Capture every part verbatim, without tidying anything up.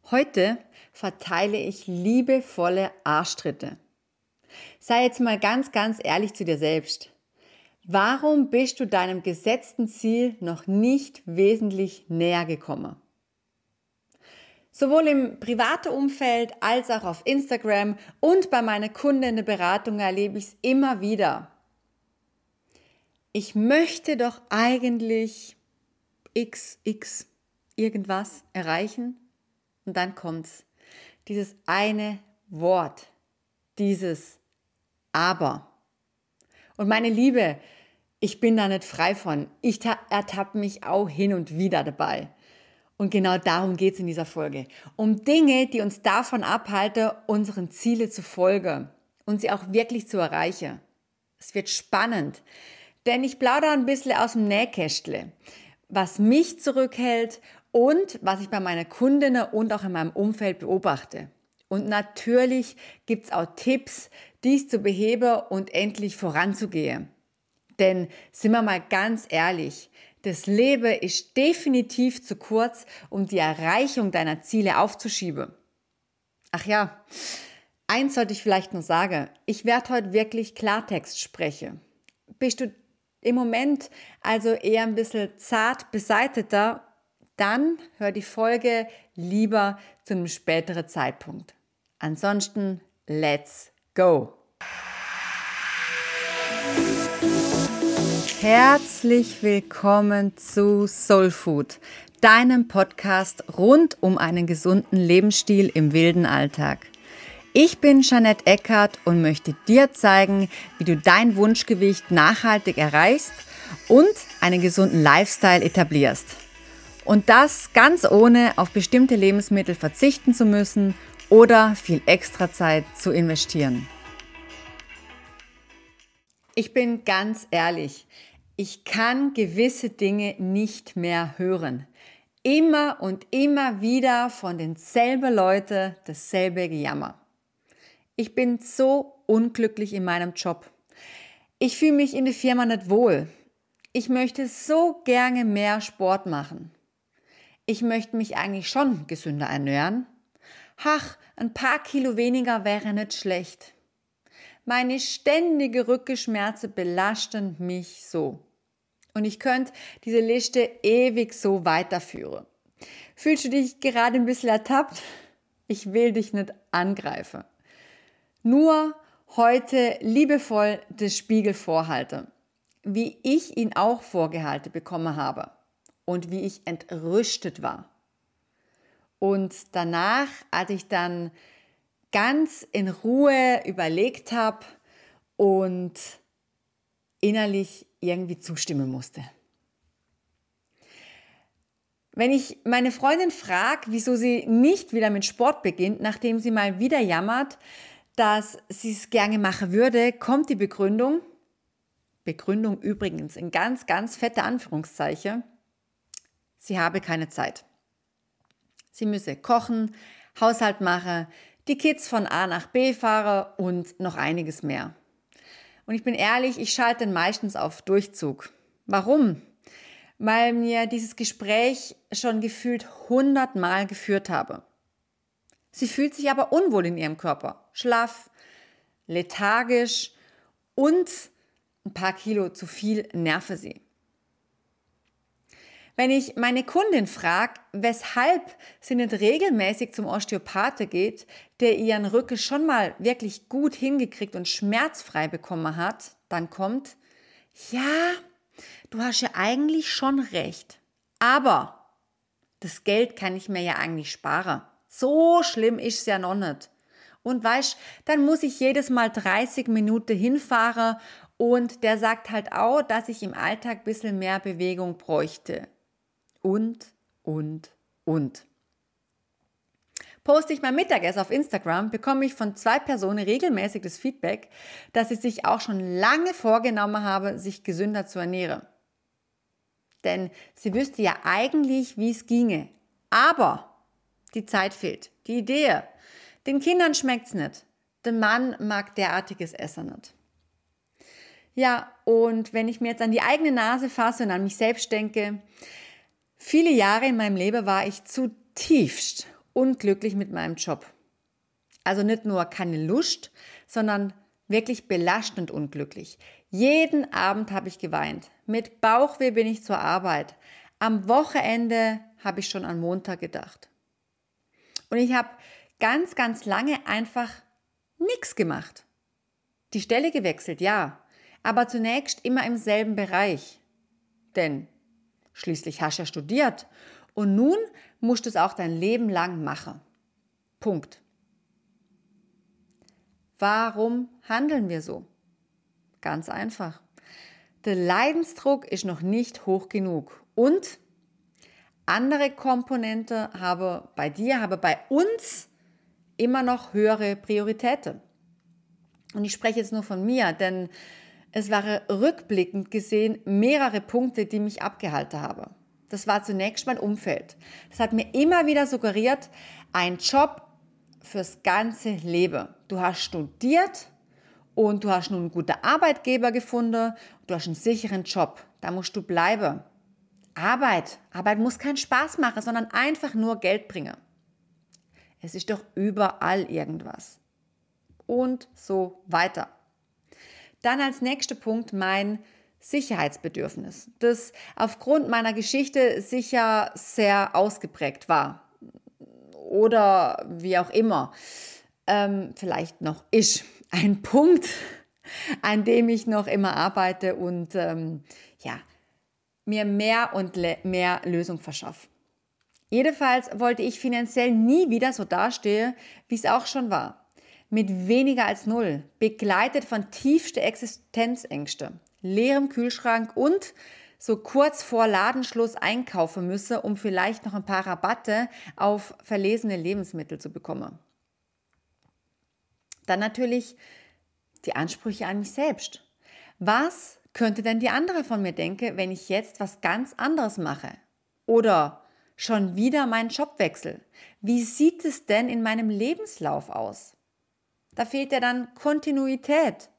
Heute verteile ich liebevolle Arschtritte. Sei jetzt mal ganz, ganz ehrlich zu dir selbst. Warum bist du deinem gesetzten Ziel noch nicht wesentlich näher gekommen? Sowohl im privaten Umfeld als auch auf Instagram und bei meiner Kunden in der Beratung erlebe ich es immer wieder. Ich möchte doch eigentlich X X irgendwas erreichen und dann kommt's. Dieses eine Wort, dieses Aber. Und meine Liebe, ich bin da nicht frei von. Ich ertappe mich auch hin und wieder dabei. Und genau darum geht es in dieser Folge. Um Dinge, die uns davon abhalten, unseren Zielen zu folgen und sie auch wirklich zu erreichen. Es wird spannend, denn ich plaudere ein bisschen aus dem Nähkästle, was mich zurückhält und was ich bei meinen Kundinnen und auch in meinem Umfeld beobachte. Und natürlich gibt es auch Tipps, dies zu beheben und endlich voranzugehen. Denn sind wir mal ganz ehrlich, das Leben ist definitiv zu kurz, um die Erreichung deiner Ziele aufzuschieben. Ach ja, eins sollte ich vielleicht noch sagen. Ich werde heute wirklich Klartext sprechen. Bist du im Moment also eher ein bisschen zart beseiteter, dann hör die Folge lieber zu einem späteren Zeitpunkt. Ansonsten, let's go! Herzlich willkommen zu Soul Food, deinem Podcast rund um einen gesunden Lebensstil im wilden Alltag. Ich bin Jeanette Eckert und möchte dir zeigen, wie du dein Wunschgewicht nachhaltig erreichst und einen gesunden Lifestyle etablierst. Und das ganz ohne auf bestimmte Lebensmittel verzichten zu müssen oder viel extra Zeit zu investieren. Ich bin ganz ehrlich, ich kann gewisse Dinge nicht mehr hören. Immer und immer wieder von denselben Leuten dasselbe Gejammer. Ich bin so unglücklich in meinem Job. Ich fühle mich in der Firma nicht wohl. Ich möchte so gerne mehr Sport machen. Ich möchte mich eigentlich schon gesünder ernähren. Ach, ein paar Kilo weniger wäre nicht schlecht. Meine ständige Rückenschmerzen belasten mich so. Und ich könnte diese Liste ewig so weiterführen. Fühlst du dich gerade ein bisschen ertappt? Ich will dich nicht angreifen. Nur heute liebevoll des Spiegel vorhalte, wie ich ihn auch vorgehalten bekommen habe und wie ich entrüstet war. Und danach, als ich dann ganz in Ruhe überlegt habe und innerlich irgendwie zustimmen musste. Wenn ich meine Freundin frage, wieso sie nicht wieder mit Sport beginnt, nachdem sie mal wieder jammert, dass sie es gerne machen würde, kommt die Begründung, Begründung übrigens in ganz, ganz fette Anführungszeichen, sie habe keine Zeit. Sie müsse kochen, Haushalt machen, die Kids von A nach B fahren und noch einiges mehr. Und ich bin ehrlich, ich schalte dann meistens auf Durchzug. Warum? Weil mir dieses Gespräch schon gefühlt hundertmal geführt habe. Sie fühlt sich aber unwohl in ihrem Körper, schlaff, lethargisch und ein paar Kilo zu viel nerve sie. Wenn ich meine Kundin frage, weshalb sie nicht regelmäßig zum Osteopathe geht, der ihren Rücken schon mal wirklich gut hingekriegt und schmerzfrei bekommen hat, dann kommt, ja, du hast ja eigentlich schon recht, aber das Geld kann ich mir ja eigentlich sparen. So schlimm ist es ja noch nicht. Und weißt, dann muss ich jedes Mal dreißig Minuten hinfahren und der sagt halt auch, dass ich im Alltag ein bisschen mehr Bewegung bräuchte. Und, und, und. Poste ich mein Mittagessen auf Instagram, bekomme ich von zwei Personen regelmäßig das Feedback, dass sie sich auch schon lange vorgenommen haben, sich gesünder zu ernähren. Denn sie wüsste ja eigentlich, wie es ginge. Aber die Zeit fehlt, die Idee. Den Kindern schmeckt's nicht. Der Mann mag derartiges Essen nicht. Ja, und wenn ich mir jetzt an die eigene Nase fasse und an mich selbst denke, viele Jahre in meinem Leben war ich zutiefst unglücklich mit meinem Job. Also nicht nur keine Lust, sondern wirklich belastend unglücklich. Jeden Abend habe ich geweint. Mit Bauchweh bin ich zur Arbeit. Am Wochenende habe ich schon an Montag gedacht. Und ich habe ganz, ganz lange einfach nichts gemacht. Die Stelle gewechselt, ja, aber zunächst immer im selben Bereich. Denn schließlich hast du ja studiert und nun musst du es auch dein Leben lang machen. Punkt. Warum handeln wir so? Ganz einfach. Der Leidensdruck ist noch nicht hoch genug und andere Komponente habe bei dir, habe bei uns immer noch höhere Prioritäten. Und ich spreche jetzt nur von mir, denn es waren rückblickend gesehen mehrere Punkte, die mich abgehalten haben. Das war zunächst mein Umfeld. Das hat mir immer wieder suggeriert, ein Job fürs ganze Leben. Du hast studiert und du hast nun einen guten Arbeitgeber gefunden, du hast einen sicheren Job, da musst du bleiben. Arbeit, Arbeit muss keinen Spaß machen, sondern einfach nur Geld bringen. Es ist doch überall irgendwas. Und so weiter. Dann als nächster Punkt mein Sicherheitsbedürfnis, das aufgrund meiner Geschichte sicher sehr ausgeprägt war. Oder wie auch immer, ähm, vielleicht noch ist. Ein Punkt, an dem ich noch immer arbeite und ähm, ja, mir mehr und le- mehr Lösung verschaffe. Jedenfalls wollte ich finanziell nie wieder so dastehen, wie es auch schon war. Mit weniger als null, begleitet von tiefsten Existenzängsten, leerem Kühlschrank und so kurz vor Ladenschluss einkaufen müsse, um vielleicht noch ein paar Rabatte auf verlesene Lebensmittel zu bekommen. Dann natürlich die Ansprüche an mich selbst. Was könnte denn die andere von mir denken, wenn ich jetzt was ganz anderes mache? Oder schon wieder meinen Job wechsle? Wie sieht es denn in meinem Lebenslauf aus? Da fehlt ja dann Kontinuität.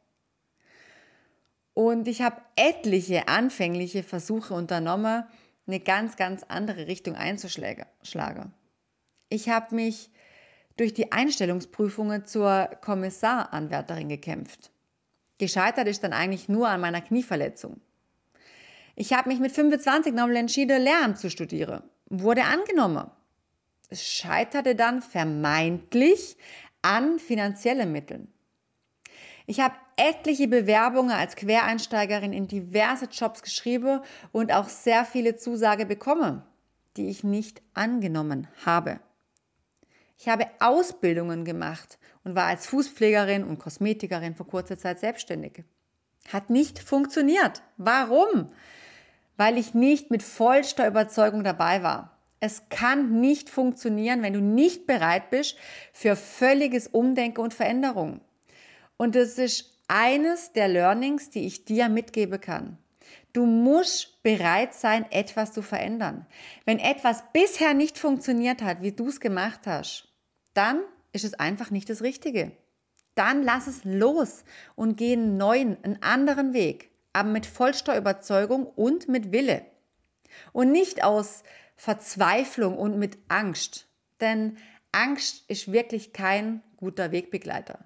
Und ich habe etliche anfängliche Versuche unternommen, eine ganz, ganz andere Richtung einzuschlagen. Ich habe mich durch die Einstellungsprüfungen zur Kommissaranwärterin gekämpft. Gescheitert ist dann eigentlich nur an meiner Knieverletzung. Ich habe mich mit fünfundzwanzig nochmal entschieden, Lehramt zu studieren. Wurde angenommen. Es scheiterte dann vermeintlich an finanziellen Mitteln. Ich habe etliche Bewerbungen als Quereinsteigerin in diverse Jobs geschrieben und auch sehr viele Zusagen bekommen, die ich nicht angenommen habe. Ich habe Ausbildungen gemacht und war als Fußpflegerin und Kosmetikerin vor kurzer Zeit selbstständig. Hat nicht funktioniert. Warum? Weil ich nicht mit vollster Überzeugung dabei war. Es kann nicht funktionieren, wenn du nicht bereit bist für völliges Umdenken und Veränderung. Und das ist eines der Learnings, die ich dir mitgeben kann. Du musst bereit sein, etwas zu verändern. Wenn etwas bisher nicht funktioniert hat, wie du es gemacht hast, dann ist es einfach nicht das Richtige. Dann lass es los und geh einen neuen, einen anderen Weg, aber mit vollster Überzeugung und mit Wille. Und nicht aus Verzweiflung und mit Angst, denn Angst ist wirklich kein guter Wegbegleiter.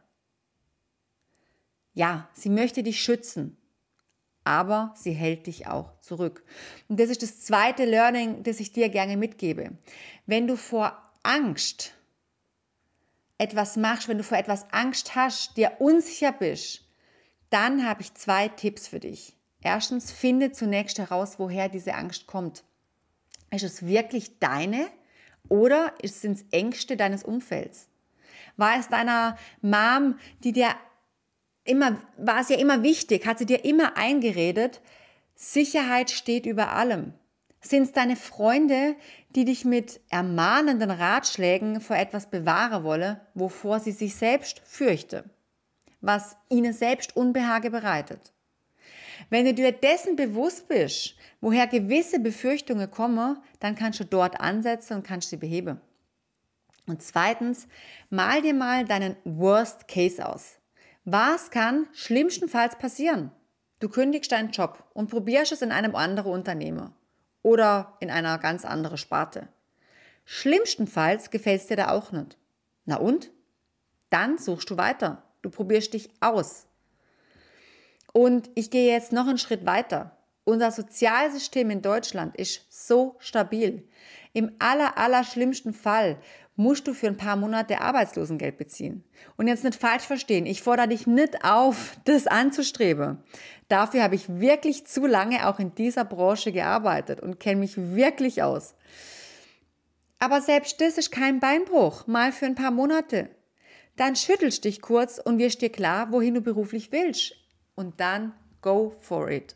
Ja, sie möchte dich schützen, aber sie hält dich auch zurück. Und das ist das zweite Learning, das ich dir gerne mitgebe. Wenn du vor Angst etwas machst, wenn du vor etwas Angst hast, dir unsicher bist, dann habe ich zwei Tipps für dich. Erstens, finde zunächst heraus, woher diese Angst kommt. Ist es wirklich deine oder sind es Ängste deines Umfelds? War es deiner Mom, die dir immer, war es ja immer wichtig, hat sie dir immer eingeredet, Sicherheit steht über allem? Sind es deine Freunde, die dich mit ermahnenden Ratschlägen vor etwas bewahren wollen, wovor sie sich selbst fürchte, was ihnen selbst Unbehage bereitet? Wenn du dir dessen bewusst bist, woher gewisse Befürchtungen kommen, dann kannst du dort ansetzen und kannst sie beheben. Und zweitens, mal dir mal deinen Worst Case aus. Was kann schlimmstenfalls passieren? Du kündigst deinen Job und probierst es in einem anderen Unternehmen oder in einer ganz anderen Sparte. Schlimmstenfalls gefällt es dir da auch nicht. Na und? Dann suchst du weiter. Du probierst dich aus. Und ich gehe jetzt noch einen Schritt weiter. Unser Sozialsystem in Deutschland ist so stabil. Im aller, aller schlimmsten Fall musst du für ein paar Monate Arbeitslosengeld beziehen. Und jetzt nicht falsch verstehen, ich fordere dich nicht auf, das anzustreben. Dafür habe ich wirklich zu lange auch in dieser Branche gearbeitet und kenne mich wirklich aus. Aber selbst das ist kein Beinbruch, mal für ein paar Monate. Dann schüttelst dich kurz und wirst dir klar, wohin du beruflich willst. Und dann go for it.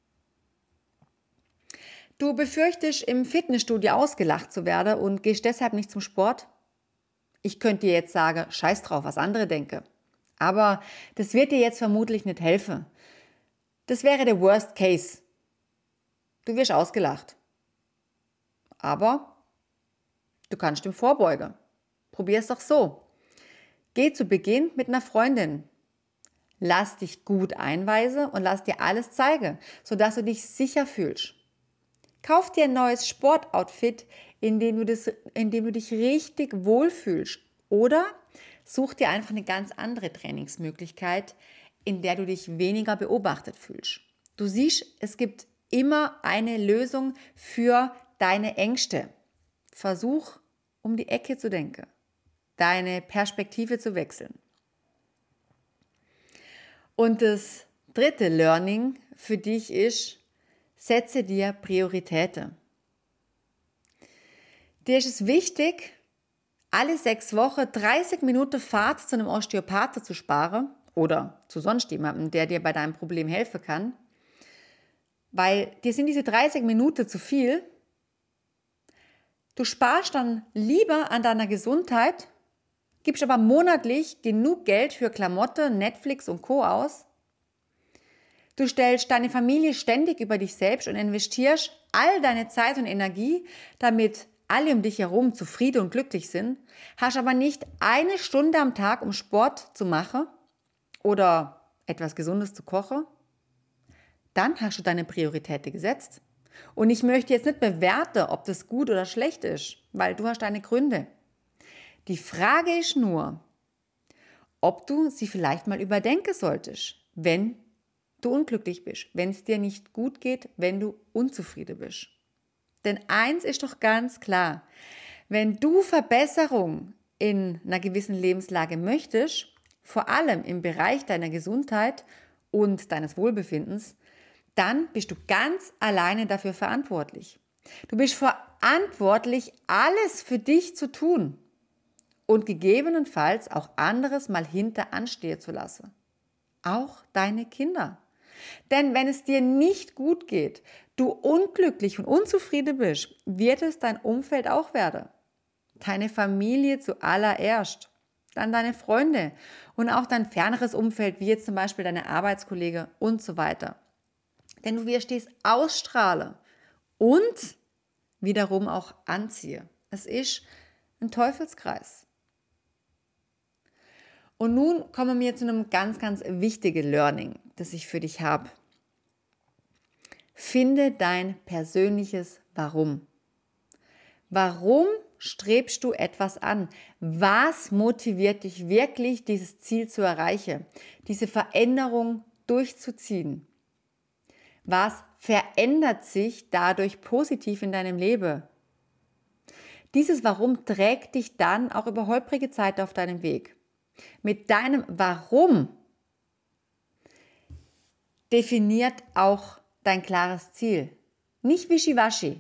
Du befürchtest, im Fitnessstudio ausgelacht zu werden und gehst deshalb nicht zum Sport? Ich könnte dir jetzt sagen, scheiß drauf, was andere denken. Aber das wird dir jetzt vermutlich nicht helfen. Das wäre der Worst Case. Du wirst ausgelacht. Aber du kannst dem vorbeugen. Probier es doch so. Geh zu Beginn mit einer Freundin. Lass dich gut einweisen und lass dir alles zeigen, sodass du dich sicher fühlst. Kauf dir ein neues Sportoutfit, in dem du, das, in dem du dich richtig wohlfühlst. Oder such dir einfach eine ganz andere Trainingsmöglichkeit, in der du dich weniger beobachtet fühlst. Du siehst, es gibt immer eine Lösung für deine Ängste. Versuch, um die Ecke zu denken, deine Perspektive zu wechseln. Und das dritte Learning für dich ist, setze dir Prioritäten. Dir ist es wichtig, alle sechs Wochen dreißig Minuten Fahrt zu einem Osteopathen zu sparen oder zu sonst jemandem, der dir bei deinem Problem helfen kann, weil dir sind diese dreißig Minuten zu viel. Du sparst dann lieber an deiner Gesundheit, gibst aber monatlich genug Geld für Klamotten, Netflix und Co. aus. Du stellst deine Familie ständig über dich selbst und investierst all deine Zeit und Energie, damit alle um dich herum zufrieden und glücklich sind, hast aber nicht eine Stunde am Tag, um Sport zu machen oder etwas Gesundes zu kochen, dann hast du deine Prioritäten gesetzt. Und ich möchte jetzt nicht bewerten, ob das gut oder schlecht ist, weil du hast deine Gründe. Die Frage ist nur, ob du sie vielleicht mal überdenken solltest, wenn du unglücklich bist, wenn es dir nicht gut geht, wenn du unzufrieden bist. Denn eins ist doch ganz klar, wenn du Verbesserung in einer gewissen Lebenslage möchtest, vor allem im Bereich deiner Gesundheit und deines Wohlbefindens, dann bist du ganz alleine dafür verantwortlich. Du bist verantwortlich, alles für dich zu tun und gegebenenfalls auch anderes mal hinter anstehen zu lassen. Auch deine Kinder. Denn wenn es dir nicht gut geht, du unglücklich und unzufrieden bist, wird es dein Umfeld auch werden. Deine Familie zuallererst, dann deine Freunde und auch dein ferneres Umfeld, wie jetzt zum Beispiel deine Arbeitskollegen und so weiter. Denn du wirst dies ausstrahlen und wiederum auch anziehen. Es ist ein Teufelskreis. Und nun kommen wir zu einem ganz, ganz wichtigen Learning, das ich für dich habe. Finde dein persönliches Warum. Warum strebst du etwas an? Was motiviert dich wirklich, dieses Ziel zu erreichen, diese Veränderung durchzuziehen? Was verändert sich dadurch positiv in deinem Leben? Dieses Warum trägt dich dann auch über holprige Zeit auf deinem Weg. Mit deinem Warum definiert auch dein klares Ziel. Nicht wischiwaschi.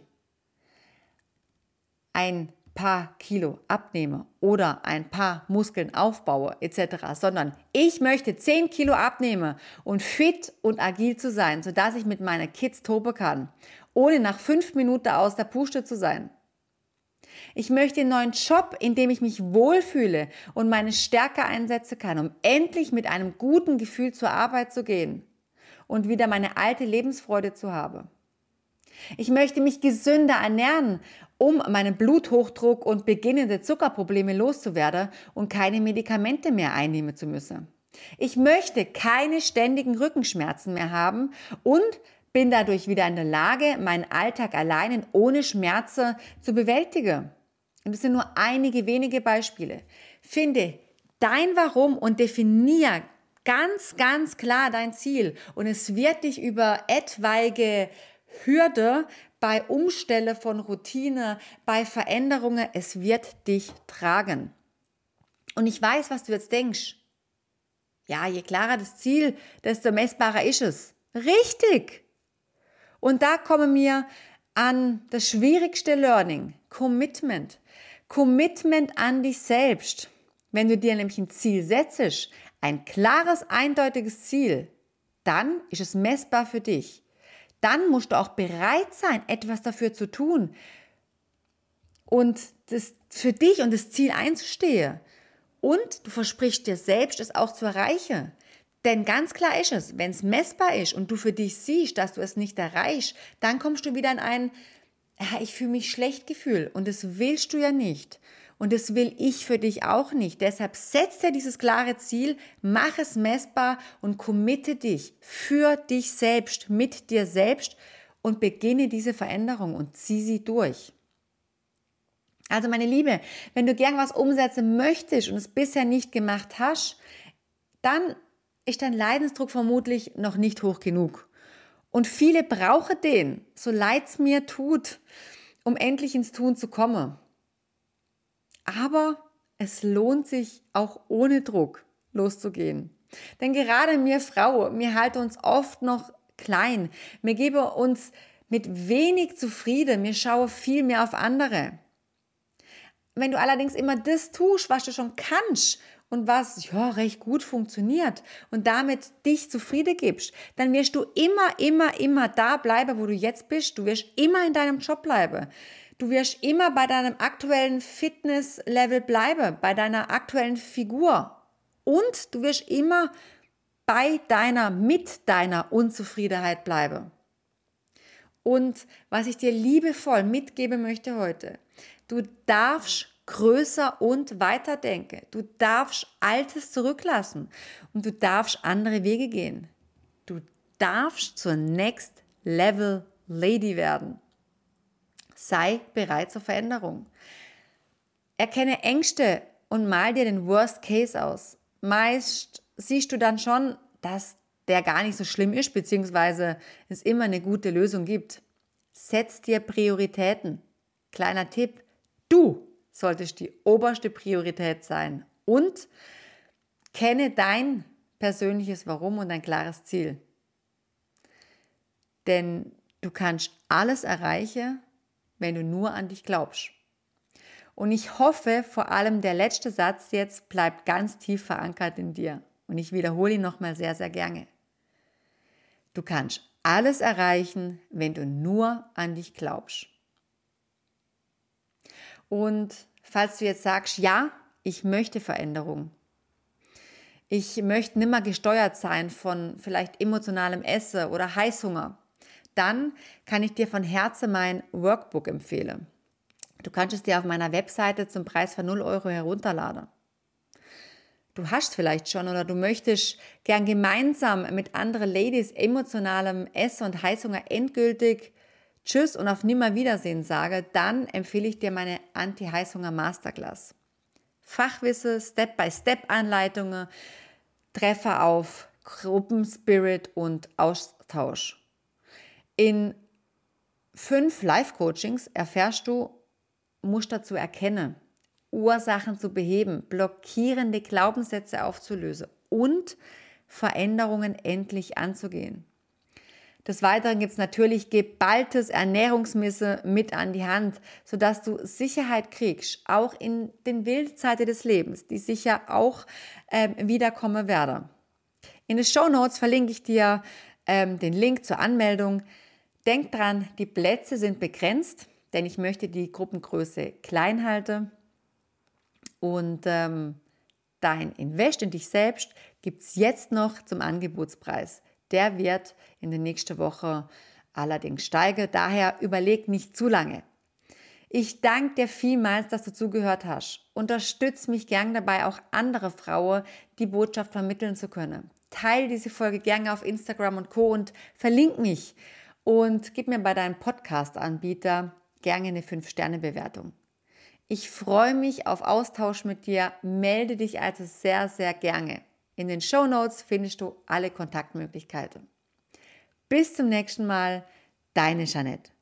Ein paar Kilo abnehme oder ein paar Muskeln aufbaue et cetera, sondern ich möchte zehn Kilo abnehmen und fit und agil zu sein, sodass ich mit meinen Kids toben kann, ohne nach fünf Minuten aus der Puste zu sein. Ich möchte einen neuen Job, in dem ich mich wohlfühle und meine Stärke einsetzen kann, um endlich mit einem guten Gefühl zur Arbeit zu gehen und wieder meine alte Lebensfreude zu haben. Ich möchte mich gesünder ernähren, um meinen Bluthochdruck und beginnende Zuckerprobleme loszuwerden und keine Medikamente mehr einnehmen zu müssen. Ich möchte keine ständigen Rückenschmerzen mehr haben und bin dadurch wieder in der Lage, meinen Alltag allein ohne Schmerzen zu bewältigen. Und das sind nur einige wenige Beispiele. Finde dein Warum und definiere ganz, ganz klar dein Ziel. Und es wird dich über etwaige Hürde bei Umstelle von Routine, bei Veränderungen, es wird dich tragen. Und ich weiß, was du jetzt denkst. Ja, je klarer das Ziel, desto messbarer ist es. Richtig. Und da kommen wir an das schwierigste Learning, Commitment. Commitment an dich selbst. Wenn du dir nämlich ein Ziel setzt, ein klares, eindeutiges Ziel, dann ist es messbar für dich. Dann musst du auch bereit sein, etwas dafür zu tun und das für dich und das Ziel einzustehen. Und du versprichst dir selbst, es auch zu erreichen. Denn ganz klar ist es, wenn es messbar ist und du für dich siehst, dass du es nicht erreichst, dann kommst du wieder in ein, ja, ich fühle mich schlecht Gefühl. Und das willst du ja nicht. Und das will ich für dich auch nicht. Deshalb setz dir dieses klare Ziel, mach es messbar und committe dich für dich selbst, mit dir selbst und beginne diese Veränderung und zieh sie durch. Also meine Liebe, wenn du gern was umsetzen möchtest und es bisher nicht gemacht hast, dann ist dein Leidensdruck vermutlich noch nicht hoch genug. Und viele brauchen den, so leid es mir tut, um endlich ins Tun zu kommen. Aber es lohnt sich auch ohne Druck loszugehen. Denn gerade wir Frauen, wir halten uns oft noch klein. Wir geben uns mit wenig zufrieden. Wir schauen viel mehr auf andere. Wenn du allerdings immer das tust, was du schon kannst und was ja recht gut funktioniert und damit dich zufrieden gibst, dann wirst du immer, immer, immer da bleiben, wo du jetzt bist. Du wirst immer in deinem Job bleiben. Du wirst immer bei deinem aktuellen Fitnesslevel bleiben, bei deiner aktuellen Figur. Und du wirst immer bei deiner, mit deiner Unzufriedenheit bleiben. Und was ich dir liebevoll mitgeben möchte heute, du darfst größer und weiter denken. Du darfst Altes zurücklassen und du darfst andere Wege gehen. Du darfst zur Next Level Lady werden. Sei bereit zur Veränderung. Erkenne Ängste und mal dir den Worst Case aus. Meist siehst du dann schon, dass der gar nicht so schlimm ist, beziehungsweise es immer eine gute Lösung gibt. Setz dir Prioritäten. Kleiner Tipp, du solltest die oberste Priorität sein und kenne dein persönliches Warum und ein klares Ziel. Denn du kannst alles erreichen, wenn du nur an dich glaubst. Und ich hoffe, vor allem der letzte Satz jetzt bleibt ganz tief verankert in dir. Und ich wiederhole ihn nochmal sehr, sehr gerne. Du kannst alles erreichen, wenn du nur an dich glaubst. Und falls du jetzt sagst, ja, ich möchte Veränderung. Ich möchte nicht mehr gesteuert sein von vielleicht emotionalem Essen oder Heißhunger. Dann kann ich dir von Herzen mein Workbook empfehlen. Du kannst es dir auf meiner Webseite zum Preis von null Euro herunterladen. Du hast es vielleicht schon oder du möchtest gern gemeinsam mit anderen Ladies emotionalem Essen und Heißhunger endgültig Tschüss und auf Nimmerwiedersehen sage, dann empfehle ich dir meine Anti-Heißhunger Masterclass. Fachwissen, Step-by-Step-Anleitungen, Treffer auf Gruppenspirit und Austausch. In fünf Live-Coachings erfährst du Muster zu erkennen, Ursachen zu beheben, blockierende Glaubenssätze aufzulösen und Veränderungen endlich anzugehen. Des Weiteren gibt es natürlich geballtes Ernährungswissen mit an die Hand, sodass du Sicherheit kriegst, auch in den Wildzeiten des Lebens, die sicher auch ähm, wiederkommen werden. In den Shownotes verlinke ich dir ähm, den Link zur Anmeldung. Denk dran, die Plätze sind begrenzt, denn ich möchte die Gruppengröße klein halten. Und ähm, dein Invest in dich selbst gibt es jetzt noch zum Angebotspreis. Der wird in der nächsten Woche allerdings steigen. Daher überleg nicht zu lange. Ich danke dir vielmals, dass du zugehört hast. Unterstütz mich gern dabei, auch andere Frauen die Botschaft vermitteln zu können. Teil diese Folge gerne auf Instagram und Co. und verlink mich. Und gib mir bei deinem Podcast-Anbieter gerne eine fünf Sterne Bewertung. Ich freue mich auf Austausch mit dir. Melde dich also sehr, sehr gerne. In den Shownotes findest du alle Kontaktmöglichkeiten. Bis zum nächsten Mal, deine Jeanette.